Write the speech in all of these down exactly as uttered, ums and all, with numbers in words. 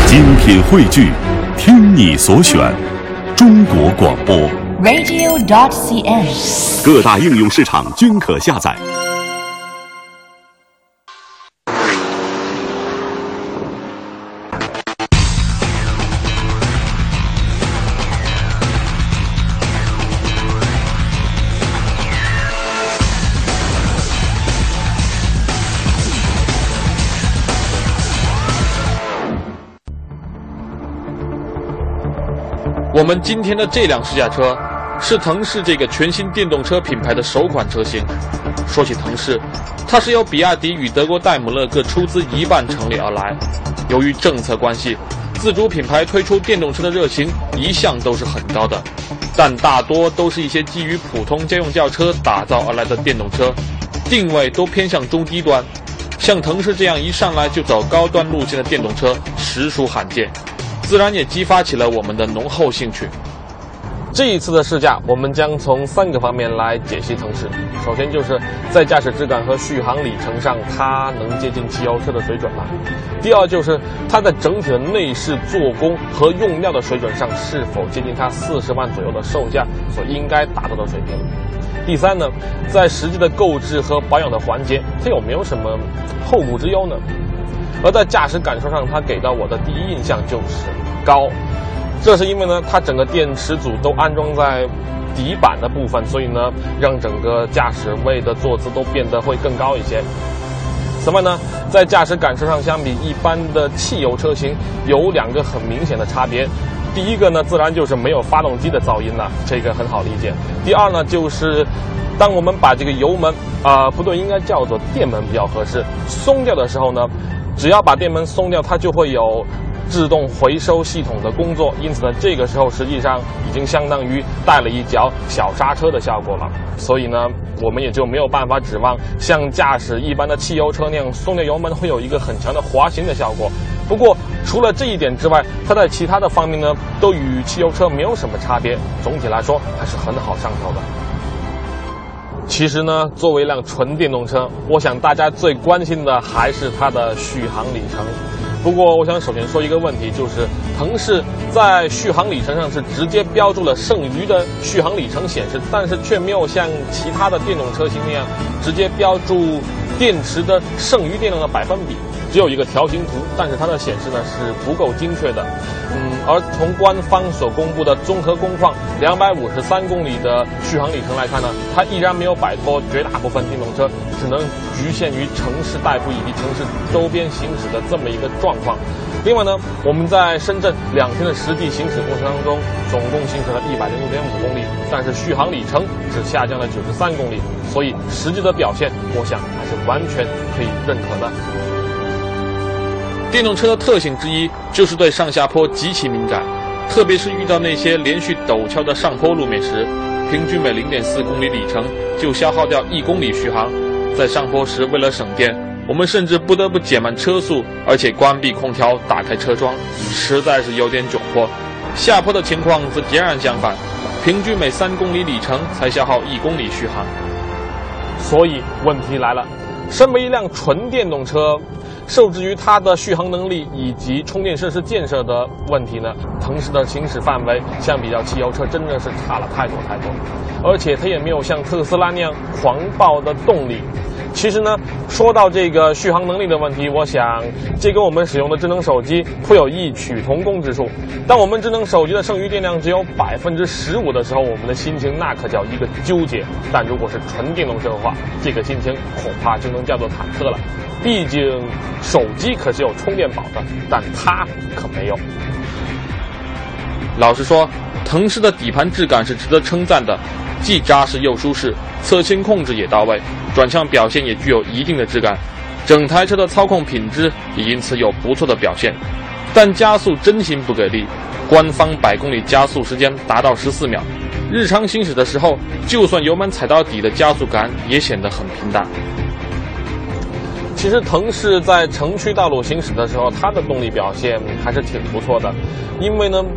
精品汇聚，听你所选，中国广播 radio dot c n， 各大应用市场均可下载。 我们今天的这辆试驾车是腾势这个全新电动车品牌的首款车型。说起腾势，它是由比亚迪与德国戴姆勒各出资一半成立而来。由于政策关系，自主品牌推出电动车的热情一向都是很高的，但大多都是一些基于普通家用轿车打造而来的电动车，定位都偏向中低端。像腾势这样一上来就走高端路线的电动车实属罕见，自然也激发起了我们的浓厚兴趣。这一次的试驾，我们将从三个方面来解析腾势。首先就是在驾驶质感和续航里程上，它能接近汽油车的水准吗？第二就是它在整体的内饰做工和用料的水准上，是否接近它四十万左右的售价所应该达到的水平？第三呢，在实际的购置和保养的环节，它有没有什么后顾之忧呢？而在驾驶感受上，它给到我的第一印象就是高。这是因为呢，它整个电池组都安装在底板的部分，所以呢，让整个驾驶位的坐姿都变得会更高一些。此外呢，在驾驶感受上，相比一般的汽油车型，有两个很明显的差别。第一个呢，自然就是没有发动机的噪音了，这个很好理解。第二呢，就是当我们把这个油门啊、呃，不对，应该叫做电门比较合适，松掉的时候呢，只要把电门松掉，它就会有自动回收系统的工作，因此呢，这个时候实际上已经相当于带了一脚小刹车的效果了。所以呢，我们也就没有办法指望像驾驶一般的汽油车那样松掉油门会有一个很强的滑行的效果。不过除了这一点之外，它在其他的方面呢，都与汽油车没有什么差别，总体来说还是很好上手的。其实呢，作为一辆纯电动车，我想大家最关心的还是它的续航里程。不过我想首先说一个问题，就是腾势在续航里程上是直接标注了剩余的续航里程显示，但是却没有像其他的电动车型那样直接标注电池的剩余电量的百分比，只有一个条形图，但是它的显示呢是不够精确的。嗯，而从官方所公布的综合工况两百五十三公里的续航里程来看呢，它依然没有摆脱绝大部分电动车只能局限于城市代步以及城市周边行驶的这么一个状况。另外呢，我们在深圳两天的实际行驶过程当中，总共行驶了一百零六点五公里，但是续航里程只下降了九十三公里，所以实际的表现，我想还是完全可以认可的。电动车的特性之一就是对上下坡极其敏感，特别是遇到那些连续陡峭的上坡路面时，平均每 零点四公里里程就消耗掉一公里续航。在上坡时，为了省电，我们甚至不得不减慢车速，而且关闭空调，打开车窗，实在是有点窘迫。下坡的情况则截然相反，平均每三公里里程才消耗一公里续航。所以问题来了，身为一辆纯电动车，受制于它的续航能力以及充电设施建设的问题呢，腾势的行驶范围相比较汽油车真的是差了太多太多，而且它也没有像特斯拉那样狂暴的动力。其实呢，说到这个续航能力的问题，我想这跟我们使用的智能手机会有异曲同工之处。当我们智能手机的剩余电量只有百分之十五的时候，我们的心情那可叫一个纠结。但如果是纯电动车的话，这个心情恐怕就能叫做忐忑了。毕竟手机可是有充电宝的，但它可没有。老实说，腾势的底盘质感是值得称赞的，既扎实又舒适，侧倾控制也到位，转向表现也具有一定的质感，整台车的操控品质也因此有不错的表现。但加速真心不给力，官方百公里加速时间达到十四秒，日常行驶的时候，就算油门踩到底的加速感也显得很平淡。其实腾势在城区道路行驶的时候，它的动力表现还是挺不错的，因为呢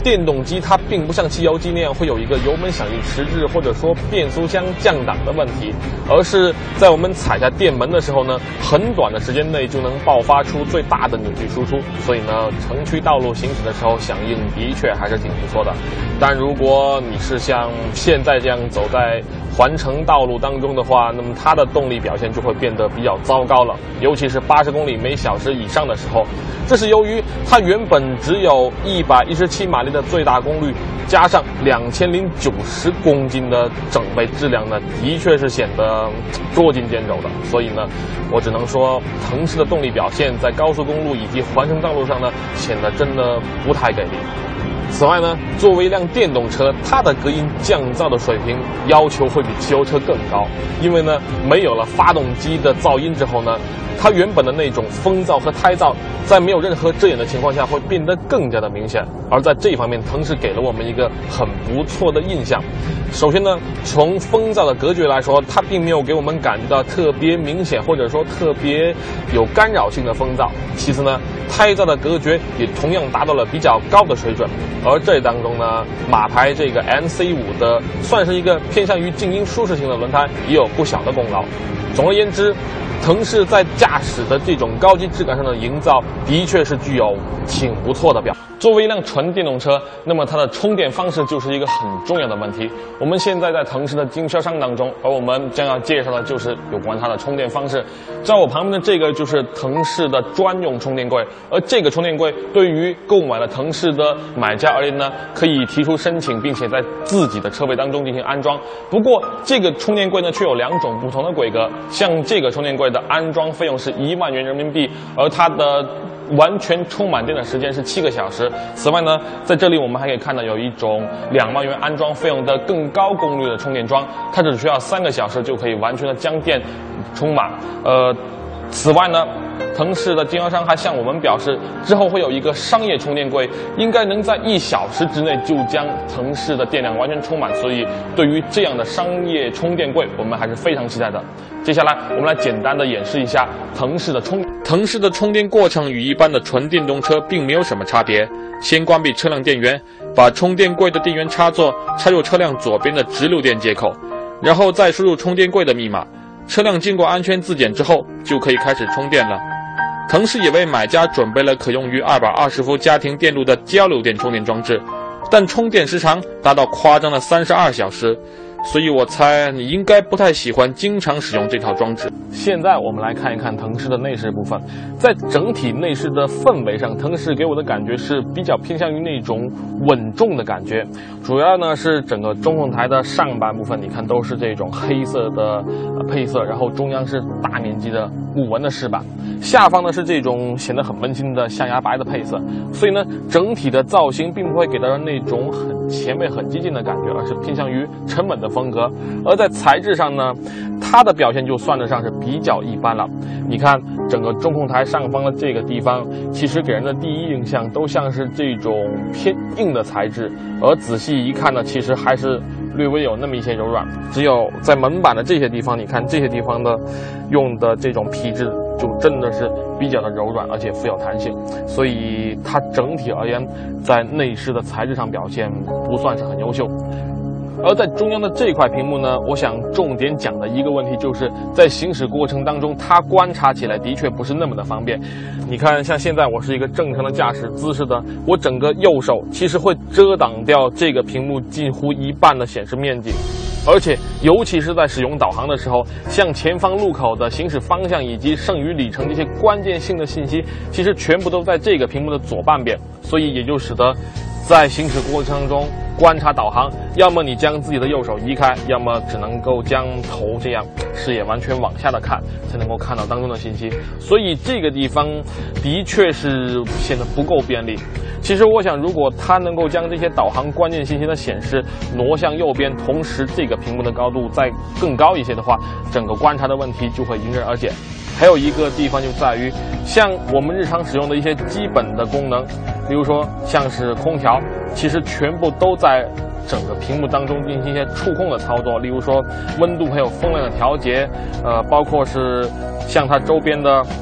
电动机它并不像汽油机那样会有一个油门响应迟滞或者说变速箱降档的问题，而是在我们踩下电门的时候呢，很短的时间内就能爆发出最大的扭矩输出，所以呢，城区道路行驶的时候响应的确还是挺不错的。但如果你是像现在这样走在环城道路当中的话，那么它的动力表现就会变得比较糟糕了，尤其是八十公里每小时以上的时候。这是由于它原本只有一百一十七马力的最大功率，加上两千零九十公斤的整备质量呢，的确是显得捉襟见肘的。所以呢，我只能说，腾势的动力表现在高速公路以及环城道路上呢，显得真的不太给力。此外呢，作为一辆电动车，它的隔音降噪的水平要求会比汽油车更高，因为呢，没有了发动机的噪音之后呢，它原本的那种风噪和胎噪，在没有任何遮掩的情况下，会变得更加的明显。而在这一方面，腾势给了我们一个很不错的印象。首先呢，从风噪的隔绝来说，它并没有给我们感觉到特别明显或者说特别有干扰性的风噪。其次呢，胎噪的隔绝也同样达到了比较高的水准。而这当中呢，马牌这个 N C 五 的算是一个偏向于静音舒适型的轮胎，也有不小的功劳。总而言之，腾势在驾驶的这种高级质感上的营造，的确是具有挺不错的表。作为一辆纯电动车，那么它的充电方式就是一个很重要的问题。我们现在在腾势的经销商当中，而我们将要介绍的就是有关它的充电方式。在我旁边的这个就是腾势的专用充电柜，而这个充电柜对于购买了腾势的买家而言呢，可以提出申请，并且在自己的车位当中进行安装。不过这个充电柜呢，却有两种不同的规格。像这个充电柜的安装费用是一万元人民币，而它的完全充满电的时间是七个小时。此外呢，在这里我们还可以看到有一种两万元安装费用的更高功率的充电桩，它只需要三个小时就可以完全的将电充满。呃，此外呢，腾势的经销商还向我们表示，之后会有一个商业充电柜，应该能在一小时之内就将腾势的电量完全充满。所以，对于这样的商业充电柜，我们还是非常期待的。接下来，我们来简单的演示一下腾势的充。腾势的充电过程与一般的纯电动车并没有什么差别。先关闭车辆电源，把充电柜的电源插座插入车辆左边的直流电接口，然后再输入充电柜的密码。车辆经过安全自检之后，就可以开始充电了。腾势也为买家准备了可用于二百二十伏家庭电路的交流电充电装置，但充电时长达到夸张的三十二小时。所以我猜你应该不太喜欢经常使用这套装置。现在我们来看一看腾势的内饰部分。在整体内饰的氛围上，腾势给我的感觉是比较偏向于那种稳重的感觉。主要呢是整个中控台的上半部分，你看都是这种黑色的配色，然后中央是大面积的木纹的饰板，下方呢是这种显得很温馨的象牙白的配色。所以呢，整体的造型并不会给到人那种很前卫、很激进的感觉，而是偏向于沉稳的风格。而在材质上呢，它的表现就算得上是比较一般了。你看整个中控台上方的这个地方，其实给人的第一印象都像是这种偏硬的材质，而仔细一看呢，其实还是略微有那么一些柔软。只有在门板的这些地方，你看这些地方的用的这种皮质就真的是比较的柔软，而且富有弹性，所以它整体而言在内饰的材质上表现不算是很优秀。而在中央的这块屏幕呢，我想重点讲的一个问题，就是在行驶过程当中，它观察起来的确不是那么的方便。你看，像现在我是一个正常的驾驶姿势的，我整个右手其实会遮挡掉这个屏幕近乎一半的显示面积。而且，尤其是在使用导航的时候，像前方路口的行驶方向以及剩余里程这些关键性的信息，其实全部都在这个屏幕的左半边，所以也就使得在行驶过程中观察导航，要么你将自己的右手移开，要么只能够将头这样视野完全往下的看，才能够看到当中的信息。所以这个地方的确是显得不够便利。其实我想，如果它能够将这些导航关键信息的显示挪向右边，同时这个屏幕的高度再更高一些的话，整个观察的问题就会迎刃而解。还有一个地方就在于，像我们日常使用的一些基本的功能，比如说像是空调，其实全部都在整个屏幕当中进行一些触控的操作，例如说温度还有风量的调节，呃，包括是像它周边的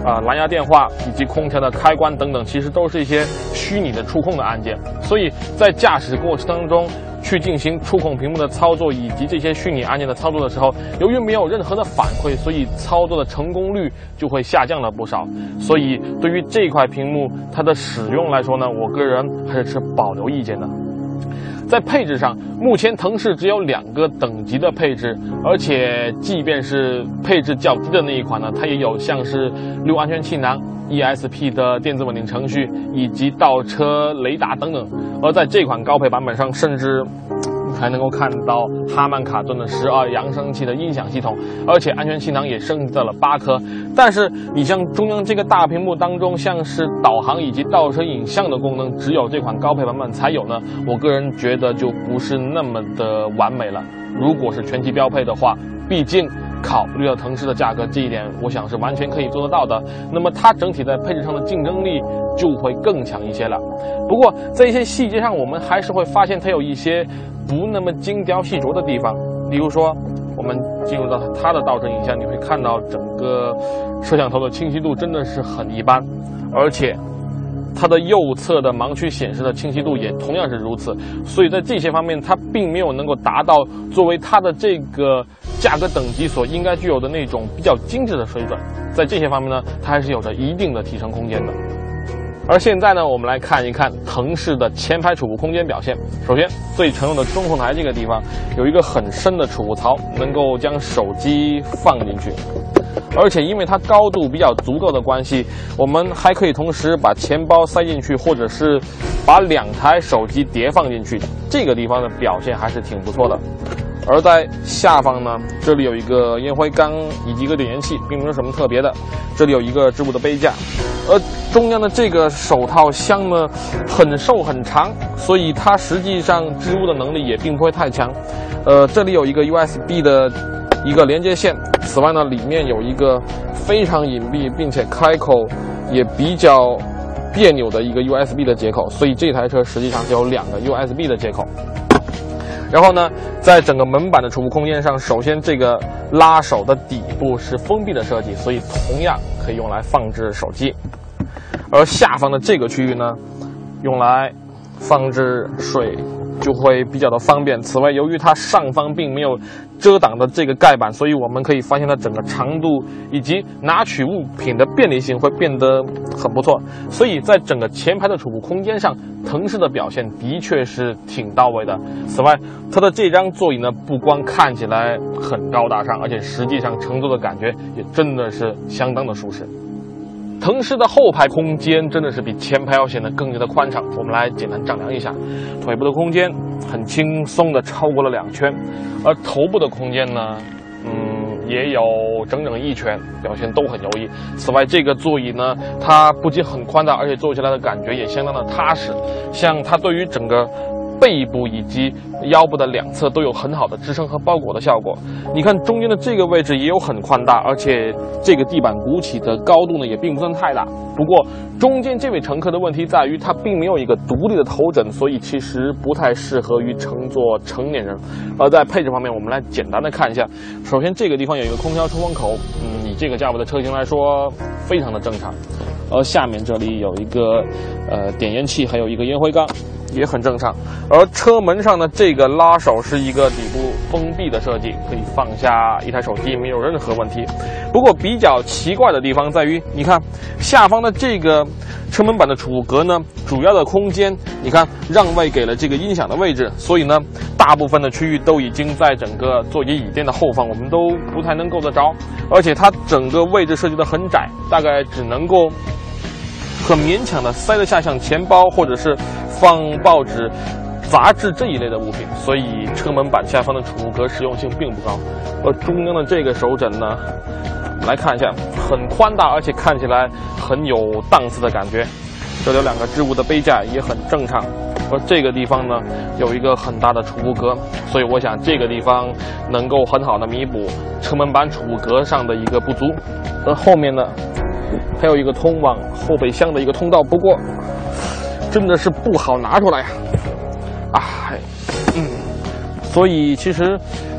呃蓝牙电话以及空调的开关等等，其实都是一些虚拟的触控的按键，所以在驾驶过程当中去进行触控屏幕的操作以及这些虚拟按键的操作的时候，由于没有任何的反馈，所以操作的成功率就会下降了不少。所以对于这块屏幕它的使用来说呢，我个人还是持保留意见的。在配置上，目前腾势只有两个等级的配置，而且即便是配置较低的那一款呢，它也有像是六安全气囊、E S P 的电子稳定程序以及倒车雷达等等。而在这款高配版本上，甚至还能够看到哈曼卡顿的十二扬声器的音响系统，而且安全气囊也升级到了八颗。但是你像中央这个大屏幕当中，像是导航以及倒车影像的功能，只有这款高配版本才有呢，我个人觉得就不是那么的完美了。如果是全系标配的话，毕竟考虑到腾势的价格，这一点我想是完全可以做得到的。那么它整体在配置上的竞争力就会更强一些了。不过在一些细节上，我们还是会发现它有一些不那么精雕细琢的地方。比如说，我们进入到它的倒车影像，你会看到整个摄像头的清晰度真的是很一般，而且它的右侧的盲区显示的清晰度也同样是如此。所以在这些方面，它并没有能够达到作为它的这个价格等级所应该具有的那种比较精致的水准。在这些方面呢，它还是有着一定的提升空间的。而现在呢，我们来看一看腾势的前排储物空间表现。首先，最常用的中控台这个地方有一个很深的储物槽，能够将手机放进去。而且因为它高度比较足够的关系，我们还可以同时把钱包塞进去，或者是把两台手机叠放进去。这个地方的表现还是挺不错的。而在下方呢，这里有一个烟灰缸以及一个点烟器，并没有什么特别的。这里有一个织物的杯架，而中央的这个手套箱呢，很瘦很长，所以它实际上织物的能力也并不会太强。呃，这里有一个 U S B 的一个连接线，此外呢，里面有一个非常隐蔽并且开口也比较别扭的一个 U S B 的接口，所以这台车实际上就有两个 U S B 的接口。然后呢，在整个门板的储物空间上，首先这个拉手的底部是封闭的设计，所以同样可以用来放置手机。而下方的这个区域呢，用来放置水就会比较的方便。此外，由于它上方并没有遮挡的这个盖板，所以我们可以发现它整个长度以及拿取物品的便利性会变得很不错。所以在整个前排的储物空间上，腾势的表现的确是挺到位的。此外，它的这张座椅呢，不光看起来很高大上，而且实际上乘坐的感觉也真的是相当的舒适。腾势的后排空间真的是比前排要显得更加的宽敞。我们来简单丈量一下，腿部的空间很轻松的超过了两圈，而头部的空间呢，嗯，也有整整一圈，表现都很优异。此外，这个座椅呢，它不仅很宽大，而且坐起来的感觉也相当的踏实。像它对于整个背部以及腰部的两侧都有很好的支撑和包裹的效果。你看中间的这个位置也有很宽大，而且这个地板鼓起的高度呢也并不算太大。不过中间这位乘客的问题在于它并没有一个独立的头枕，所以其实不太适合于乘坐成年人。而在配置方面，我们来简单的看一下。首先这个地方有一个空调出风口，嗯，以这个价位的车型来说非常的正常。而下面这里有一个呃点烟器，还有一个烟灰缸，也很正常。而车门上的这个拉手是一个底部封闭的设计，可以放下一台手机，没有任何问题。不过比较奇怪的地方在于，你看下方的这个车门板的储物格呢，主要的空间你看让位给了这个音响的位置，所以呢大部分的区域都已经在整个座椅椅垫的后方，我们都不太能够得着。而且它整个位置设计的很窄，大概只能够很勉强的塞得下像钱包或者是放报纸、杂志这一类的物品，所以车门板下方的储物格实用性并不高。而中央的这个手枕呢，来看一下，很宽大，而且看起来很有档次的感觉。这里有两个织物的杯架，也很正常。而这个地方呢，有一个很大的储物格，所以我想这个地方能够很好的弥补车门板储物格上的一个不足。而后面呢，还有一个通往后备箱的一个通道，不过真的是不好拿出来呀、啊。啊，嗯，所以其实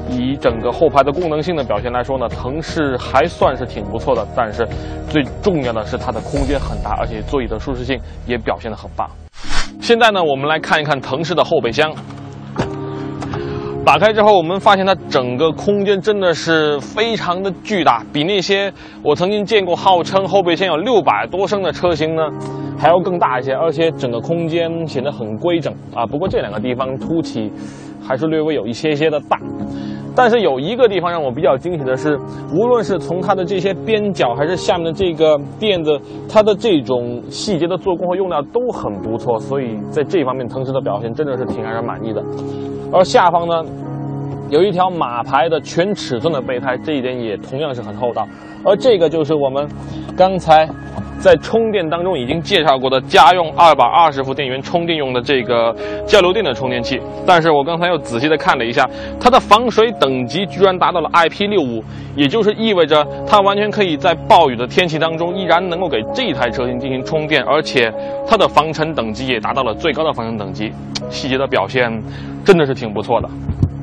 以整个后排的功能性的表现来说呢，腾势还算是挺不错的。但是最重要的是它的空间很大，而且座椅的舒适性也表现得很棒。现在呢，我们来看一看腾势的后备箱。打开之后，我们发现它整个空间真的是非常的巨大，比那些我曾经见过号称后备箱有六百多升的车型呢还要更大一些，而且整个空间显得很规整啊。不过这两个地方凸起还是略微有一些些的大。但是有一个地方让我比较惊喜的是，无论是从它的这些边角还是下面的这个垫子，它的这种细节的做工和用料都很不错，所以在这方面腾势的表现真的是挺让人满意的。而下方呢，有一条马牌的全尺寸的备胎，这一点也同样是很厚道。而这个就是我们刚才在充电当中已经介绍过的家用二百二十伏电源充电用的这个交流电的充电器。但是我刚才又仔细的看了一下，它的防水等级居然达到了 I P 六十五， 也就是意味着它完全可以在暴雨的天气当中依然能够给这台车型进行充电，而且它的防尘等级也达到了最高的防尘等级，细节的表现真的是挺不错的。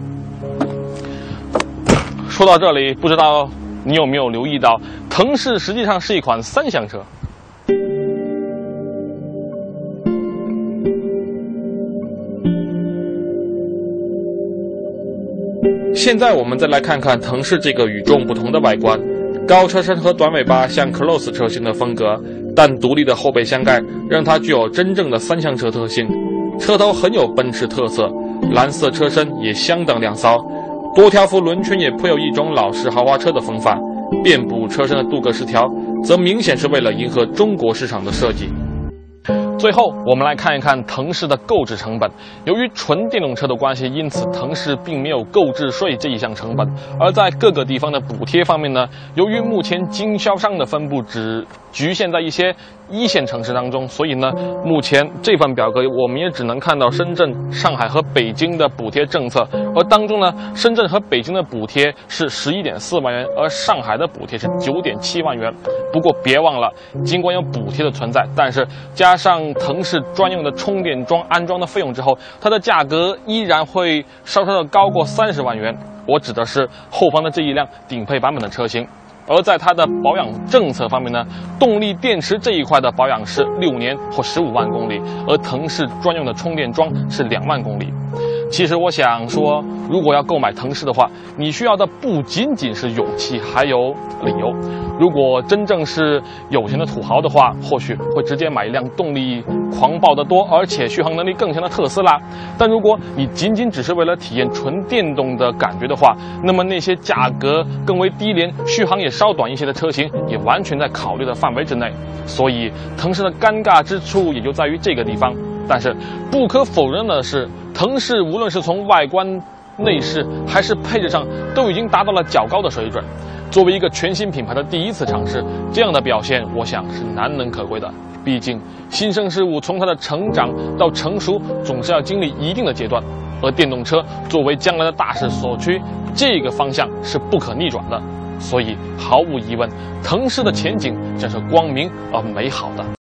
说到这里，不知道你有没有留意到，腾势实际上是一款三厢车。现在我们再来看看腾势这个与众不同的外观，高车身和短尾巴像 Cross 车型的风格，但独立的后备箱盖让它具有真正的三厢车特性。车头很有奔驰特色，蓝色车身也相当亮骚，多条幅轮圈也颇有一种老式豪华车的风范。遍布车身的镀铬饰条则明显是为了迎合中国市场的设计。最后我们来看一看腾势的购置成本。由于纯电动车的关系，因此腾势并没有购置税这一项成本。而在各个地方的补贴方面呢，由于目前经销商的分布只局限在一些一线城市当中，所以呢，目前这份表格我们也只能看到深圳、上海和北京的补贴政策。而当中呢，深圳和北京的补贴是 十一点四万元，而上海的补贴是 九点七万元。不过别忘了，尽管有补贴的存在，但是加上腾势专用的充电桩安装的费用之后，它的价格依然会稍稍的高过三十万元。我指的是后方的这一辆顶配版本的车型。而在它的保养政策方面呢，动力电池这一块的保养是六年或十五万公里，而腾势专用的充电桩是两万公里。其实我想说，如果要购买腾势的话，你需要的不仅仅是勇气，还有理由。如果真正是有钱的土豪的话，或许会直接买一辆动力狂暴得多，而且续航能力更强的特斯拉。但如果你仅仅只是为了体验纯电动的感觉的话，那么那些价格更为低廉、续航也稍短一些的车型，也完全在考虑的范围之内。所以，腾势的尴尬之处也就在于这个地方。但是不可否认的是，腾势无论是从外观、内饰还是配置上，都已经达到了较高的水准。作为一个全新品牌的第一次尝试，这样的表现，我想是难能可贵的。毕竟，新生事物从它的成长到成熟，总是要经历一定的阶段。而电动车作为将来的大势所趋，这个方向是不可逆转的。所以，毫无疑问，腾势的前景将是光明而美好的。